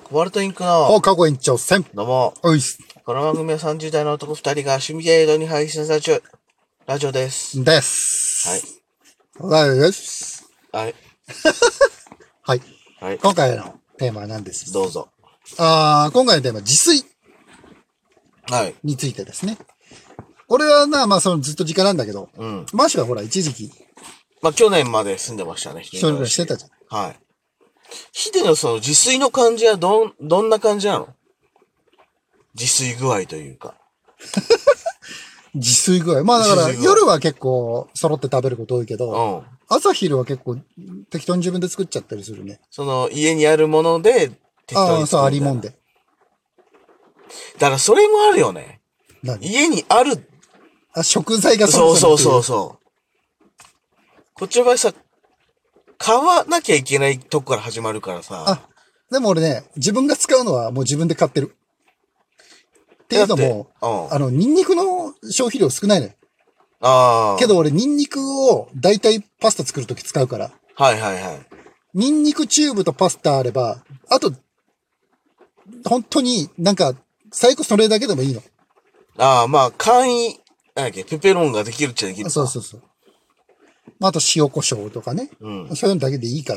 コバルトインクの過去延長戦。 どうも。 おいっす。 この番組は30代の男2人が趣味程度に配信中。ラジオです。 です。 はい。 です。 はい。 はい。 はい。 今回のテーマは何ですか？ どうぞ。 今回のテーマは自炊はい。 についてですね。俺はずっと実家なんだけど、 うん。 マーシュはほら、一時期、 去年まで住んでましたね。 一人暮らししてたじゃん。 はい。ヒデのその自炊の感じはどんな感じなの？自炊具合というか。 自炊具合。だから夜は結構揃って食べること多いけど、朝昼は結構適当に自分で作っちゃったりするね。 その家にあるもので適当に作る。 そう、ありもんで。 だからそれもあるよね。家にある。 食材がそう。こっちの場合さ、買わなきゃいけないとこから始まるからさ。 でも俺ね、自分が使うのはもう自分で買ってる。っていうのも、ニンニクの消費量少ないのよ。けど俺ニンニクをだいたいパスタ作るとき使うから。 はい。 ニンニクチューブとパスタあれば、あと、本当に最悪それだけでもいいの。 簡易、ペペロンができるっちゃできる。 そう。あと塩コショウとかね。そういうのだけでいいから。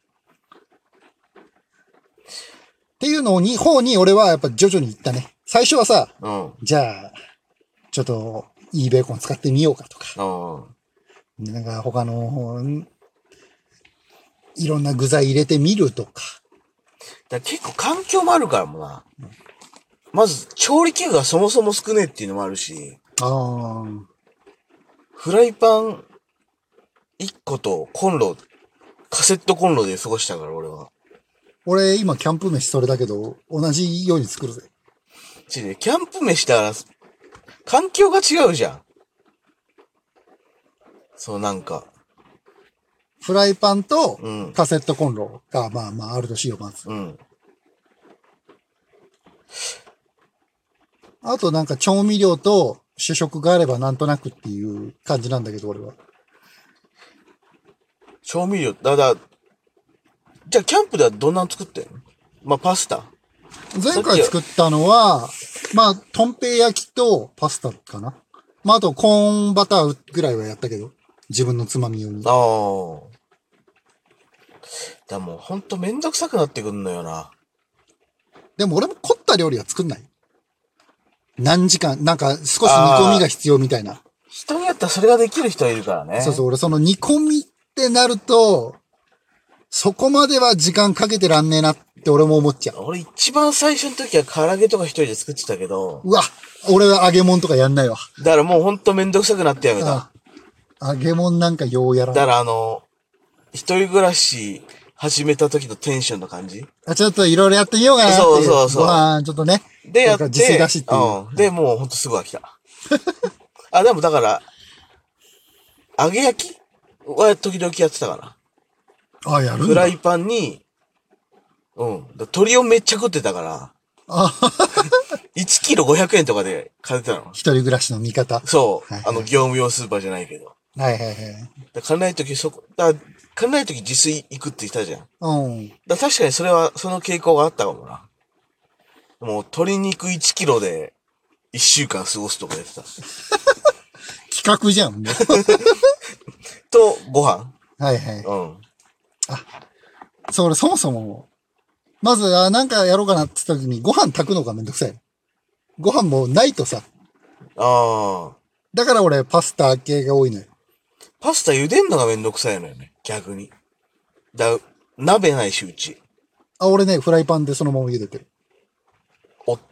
っていうの方に俺はやっぱ徐々に行ったね。最初はさ、じゃあ、ちょっといいベーコン使ってみようかとか。他の、いろんな具材入れてみるとか。 結構環境もあるからもな。まず、調理器具がそもそも少ねえっていうのもあるし。フライパン1個とカセットコンロで過ごしたから俺は。 俺今キャンプ飯それだけど、同じように作るぜ。 キャンプ飯だから、環境が違うじゃん。 フライパンとカセットコンロがあるとしよう、まず。あと調味料と主食があればなんとなくっていう感じなんだけど、俺は。 調味料、じゃあキャンプではどんなの作ってんの？パスタ。 前回作ったのは、とんぺい焼きとパスタかな。あとコーンバターぐらいはやったけど、自分のつまみ用に。 もうほんとめんどくさくなってくんのよな。 でも俺も凝った料理は作んない。何時間、少し煮込みが必要みたいな。 人によってはそれができる人いるからね。 そう、俺その煮込みってなると、そこまでは時間かけてらんねえなって俺も思っちゃう。 俺一番最初の時は唐揚げとか一人で作ってたけど。 うわ、俺は揚げ物とかやんないわ。 だからもうほんとめんどくさくなってやめた。 揚げ物ようやらない。だから一人暮らし始めた時のテンションの感じ？ ちょっといろいろやってみようかなっていう。 そう。 ご飯ちょっとね。 でやって、 自炊だしっていう。 で、もうほんとすぐ飽きた。でもだから、揚げ焼きは時々やってたかな。やるんだ。 フライパンに、鶏をめっちゃ食ってたから、1キロ500円とかで買ってたの。 一人暮らしの味方。 そう。業務用スーパーじゃないけど。 はい。 買えない時自炊行くって言ったじゃん。確かにその傾向があったかもな。もう鶏肉1キロで1週間過ごすとかやってた。 企画じゃん。 と、ご飯。 はい。俺そもそも、まず、なんかやろうかなって言った時にご飯炊くのがめんどくさい。ご飯もないとさ。だから俺パスタ系が多いのよ。 パスタ茹でんのがめんどくさいのよね。逆に。鍋ないし、うち。 俺ね、フライパンでそのまま茹でてる。 折って。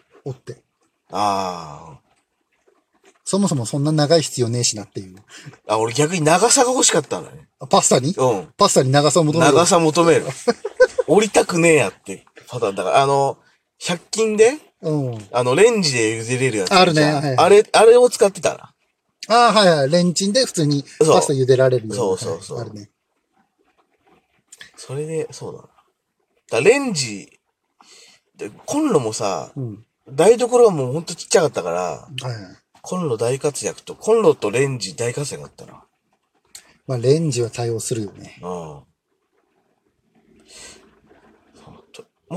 そもそもそんな長い必要ねえしなっていう。 俺逆に長さが欲しかったんだね。 パスタに？パスタに長さを求める。 長さ求める。折りたくねえやってパターンだから、100均で、レンジで茹でれるやつ。 あるね。 あれを使ってたな。 はい。レンチンで普通にパスタ茹でられるよ。 そう。 あるね。 それで、そうだな。レンジ、コンロもさ、台所はもうほんとちっちゃかったから、コンロ大活躍と、コンロとレンジ大活躍だったな。 レンジは対応するよね。 も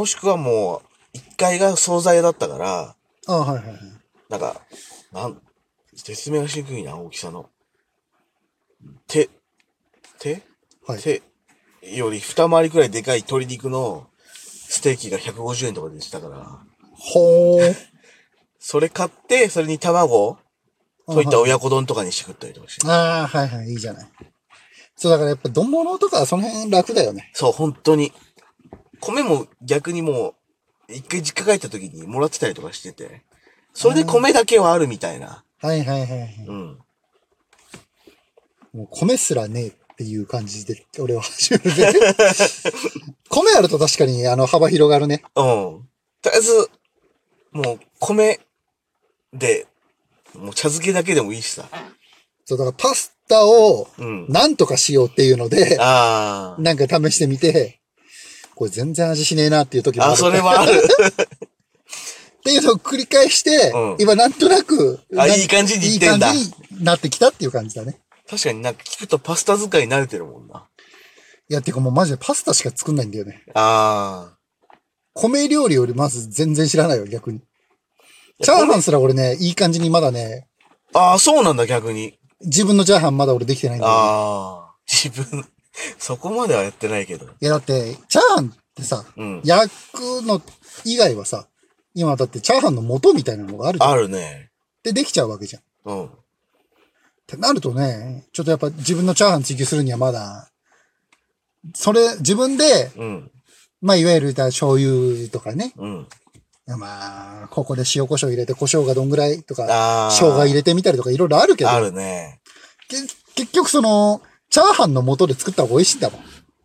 もしくはもう、1階が惣菜屋だったから、 はいはいはい。 なんか、説明がしにくいな、大きさの。手はい。 手より二回りくらいでかい鶏肉のステーキが150円とかでしたから。 ほー。 それ買って、それに卵、そういった親子丼とかにして食ったりとかして。 ああ、はいはい、いいじゃない。そうだからやっぱ丼物とかその辺楽だよね。 そう、本当に。米も逆にもう、一回実家帰った時にもらってたりとかしてて。それで米だけはあるみたいな。 はいはいはいはい。 うん。 もう米すらねえっていう感じで、俺は初めて。米あると確かに幅広がるね。 うん。とりあえず、もう米で、もう茶漬けだけでもいいしさ。 そう、だからパスタをうん。 なんとかしようっていうので、 ああ。 なんか試してみて、これ全然味しねえなっていう時もある。 それはある。 っていうのを繰り返して、 うん今なんとなく、 いい感じにいってんだ。 いい感じになってきたっていう感じだね。 確かになんか聞くとパスタ使い慣れてるもんな。 いや、てかもうマジでパスタしか作んないんだよね。 あ米料理よりまず全然知らないよ、逆に。チャーハンすら俺ね、いい感じにまだね、 あ。そうなんだ、逆に。 自分のチャーハンまだ俺できてないんだよね。 自分、そこまではやってないけど。 いや、だって、チャーハンってさ、焼くの以外はさ、今だってチャーハンの素みたいなのがあるじゃん。 あるね。 で、できちゃうわけじゃん。ってなるとね、ちょっとやっぱ自分のチャーハン追求するにはまだ、自分で、まあ、いわゆる醤油とかね。まあ、ここで塩コショウ入れて、胡椒がどんぐらいとか、生姜入れてみたりとかいろいろあるけど。 あるね。 結局チャーハンの素で作った方が美味しいんだもん。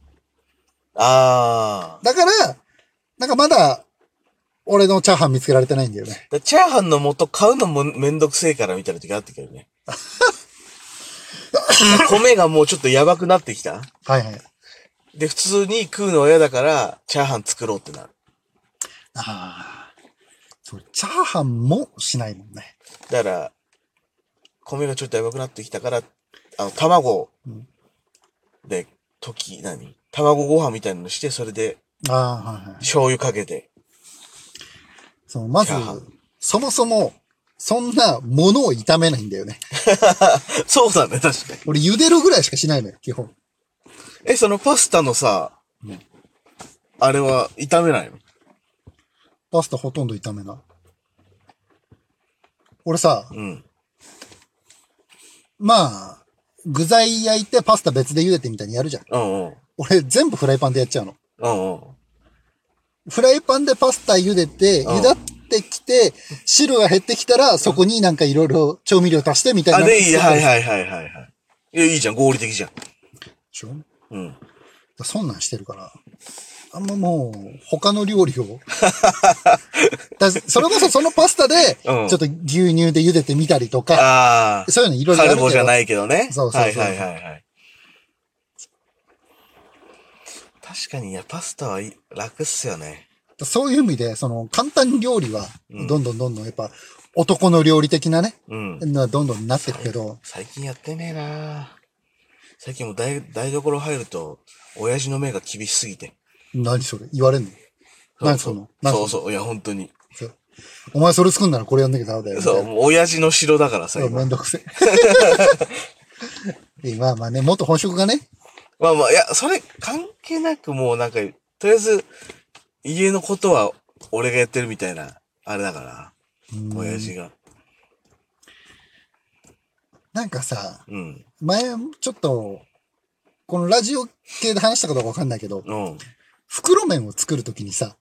だから、なんかまだ、俺のチャーハン見つけられてないんだよね。 チャーハンの素買うのもめんどくせえからみたいな時あったけどね。米がもうちょっとやばくなってきた。 はいはい。 で、普通に食うのは嫌だから、チャーハン作ろうってなる。 ああ。それ、チャーハンもしないもんね。 だから、米がちょっとやばくなってきたから、卵で、卵ご飯みたいなのして、それで、 はいはい。 醤油かけて。 まず、そもそも、そんなものを炒めないんだよね。 そうだね、確かに。 俺茹でるぐらいしかしないのよ、基本。 そのパスタのさ、あれは炒めないの？ パスタほとんど炒めない。俺さ、まあ、具材焼いてパスタ別で茹でてみたいにやるじゃん。俺全部フライパンでやっちゃうの。フライパンでパスタ茹でて、茹だってきて、汁が減ってきたら、そこになんかいろいろ調味料足してみたいな。 はい。いいじゃん、合理的じゃん。 でしょ？そんなんしてるから。あんまもう、他の料理を。それこそそのパスタで、ちょっと牛乳で茹でてみたりとか、そういうのいろいろあるけど。 カルボじゃないけどね。 そう。 はい。確かに、パスタは楽っすよね。 そういう意味で、簡単料理は、どんどんやっぱ、男の料理的なね、どんどんなっていくけど。 最近やってねえな。最近も台所入ると、親父の目が厳しすぎて。 何それ言われんの？何その？ そう、いや、本当に。 お前それ作んならこれやんなきゃダメだよ。 そう、もう親父の城だからさ。 めんどくせえ。まあね、もっと本職がね。 いや、それ関係なくもうなんか、とりあえず、家のことは俺がやってるみたいな、あれだから、親父が。 なんかさ、前、ちょっと、このラジオ系で話したことかわかんないけど、袋麺を作るときにさ、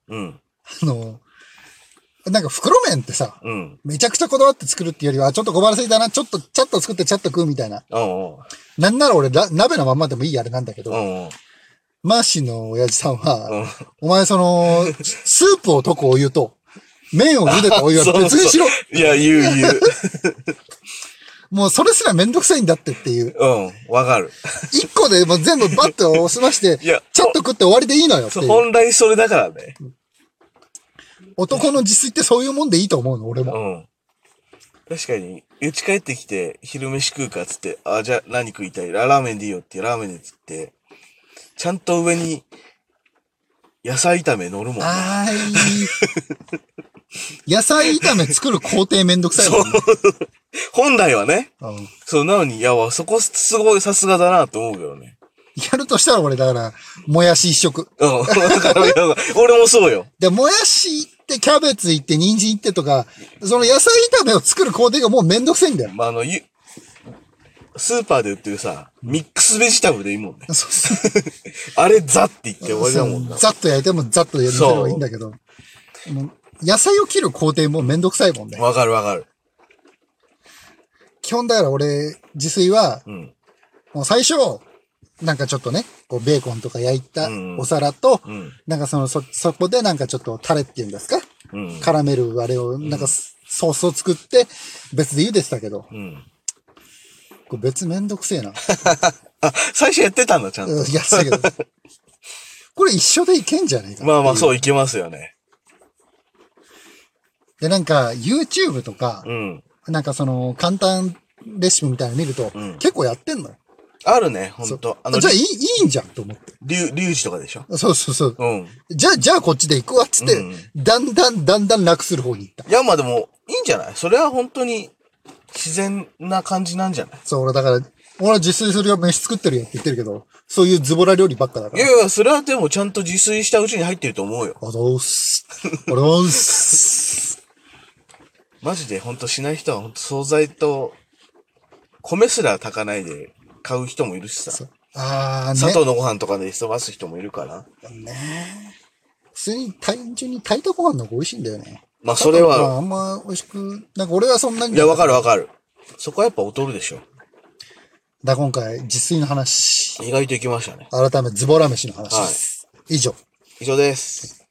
なんか袋麺ってさ、めちゃくちゃこだわって作るっていうよりは、ちょっと小腹すいたな、ちょっと作ってちゃっと食うみたいな。なんなら俺、鍋のまんまでもいいあれなんだけど、マーシーの親父さんは、お前スープを溶くお湯と、麺を茹でたお湯は別にしろ。 いや、言う。 もうそれすらめんどくさいんだっていう。 わかる。 一個でもう全部バッと押しまして、ちょっと食って終わりでいいのよっていう。 本来それだからね。 男の自炊ってそういうもんでいいと思うの、俺も。 確かに、家帰ってきて、昼飯食うかっつって、じゃあ何食いたい？ラーメンでいいよって、ラーメンでっつって、ちゃんと上に野菜炒め乗るもんね。 野菜炒め作る工程めんどくさいもんね。 本来はね。そう、なのに、いや、そこすごいさすがだなと思うけどね。 やるとしたら俺、だから、もやし一食。 だから俺もそうよ。 で、もやし行って、キャベツ行って、人参行ってとか、その野菜炒めを作る工程がもうめんどくさいんだよ。 まあ、スーパーで売ってるさ、ミックスベジタブルでいいもんね。 そうそうあれザって言って終わりだもんな。 ザッと焼いてもザッとやるのがいいんだけど、野菜を切る工程もめんどくさいもんね。 わかるわかる。 基本だから俺、自炊は、もう最初、なんかちょっとね、こうベーコンとか焼いたお皿と、なんかそこでなんかちょっとタレっていうんですか、絡めるあれを、なんかソースを作って別で茹でてたけど、これ別めんどくせえな。 あ、最初やってたんだ、ちゃんと。 やってたけど。これ一緒でいけんじゃねえか。 まあまあそういけますよね。 で、なんか YouTube とか、なんかその簡単レシピみたいなの見ると、結構やってんのよ。 あるね、ほんと。 じゃあいいんじゃんと思って。 リュウジとかでしょ。 そうそうそう。じゃあこっちで行くわっつって、だんだん楽する方に行った。 いや、まあでも、いいんじゃない？それは本当に自然な感じなんじゃない？ そう、俺は自炊するよ、飯作ってるよって言ってるけど、そういうズボラ料理ばっかだから。 いやいや、それはでもちゃんと自炊したうちに入ってると思うよ。マジでほんとしない人はほんと惣菜と、米すら炊かないで買う人もいるしさ。砂糖のご飯とかで済ます人もいるから。 普通に単純に炊いたご飯の方が美味しいんだよね。 まあそれは。 あんま美味しく、なんか俺はそんなに。 いや、わかるわかる。そこはやっぱ劣るでしょ。 今回、自炊の話。 意外といきましたね。 改め、ズボラ飯の話です。以上です。